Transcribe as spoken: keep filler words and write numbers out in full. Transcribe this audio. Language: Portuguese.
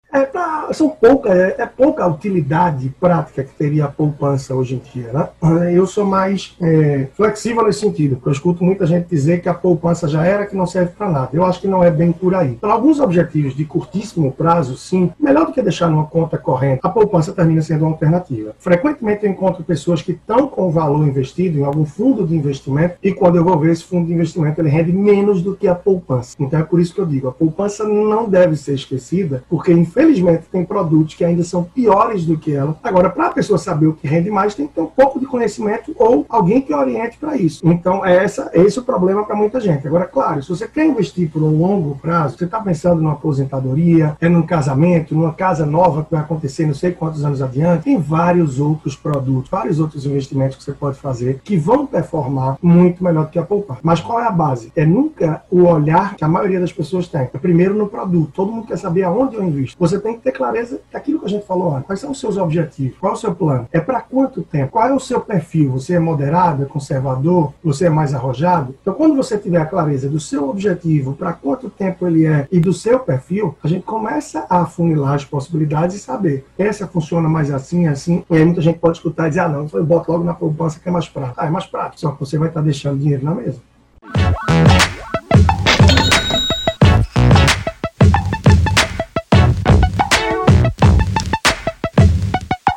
É, pra, são pouca, é, é pouca a utilidade prática que teria a poupança hoje em dia, né? Eu sou mais é, flexível nesse sentido, porque eu escuto muita gente dizer que a poupança já era, que não serve para nada. Eu acho que não é bem por aí. Para alguns objetivos de curtíssimo prazo, sim, melhor do que deixar numa conta corrente, a poupança termina sendo uma alternativa. Frequentemente eu encontro pessoas que estão com o valor investido em algum fundo de investimento e quando eu vou ver esse fundo de investimento, ele rende menos do que a poupança. Então é por isso que eu digo, a poupança não deve ser esquecida, porque infelizmente tem produtos que ainda são piores do que ela. Agora, para a pessoa saber o que rende mais, tem que ter um pouco de conhecimento ou alguém que oriente para isso. Então, é essa, esse é o problema para muita gente. Agora, claro, se você quer investir por um longo prazo, você está pensando numa aposentadoria, é num casamento, numa casa nova que vai acontecer não sei quantos anos adiante, tem vários outros produtos, vários outros investimentos que você pode fazer que vão performar muito melhor do que a poupança. Mas qual é a base? É nunca o olhar que a maioria das pessoas tem. É primeiro no produto. Todo mundo quer saber aonde eu invisto. Você tem que ter clareza daquilo que a gente falou antes. Quais são os seus objetivos? Qual é o seu plano? É para quanto tempo? Qual é o seu perfil? Você é moderado? É conservador? Você é mais arrojado? Então, quando você tiver a clareza do seu objetivo, para quanto tempo ele é e do seu perfil, a gente começa a afunilar as possibilidades e saber. Essa funciona mais assim, assim. E aí muita gente pode escutar e dizer, ah, não, eu boto logo na poupança que é mais prático. Ah, é mais prático. Só que você vai estar deixando dinheiro na mesa.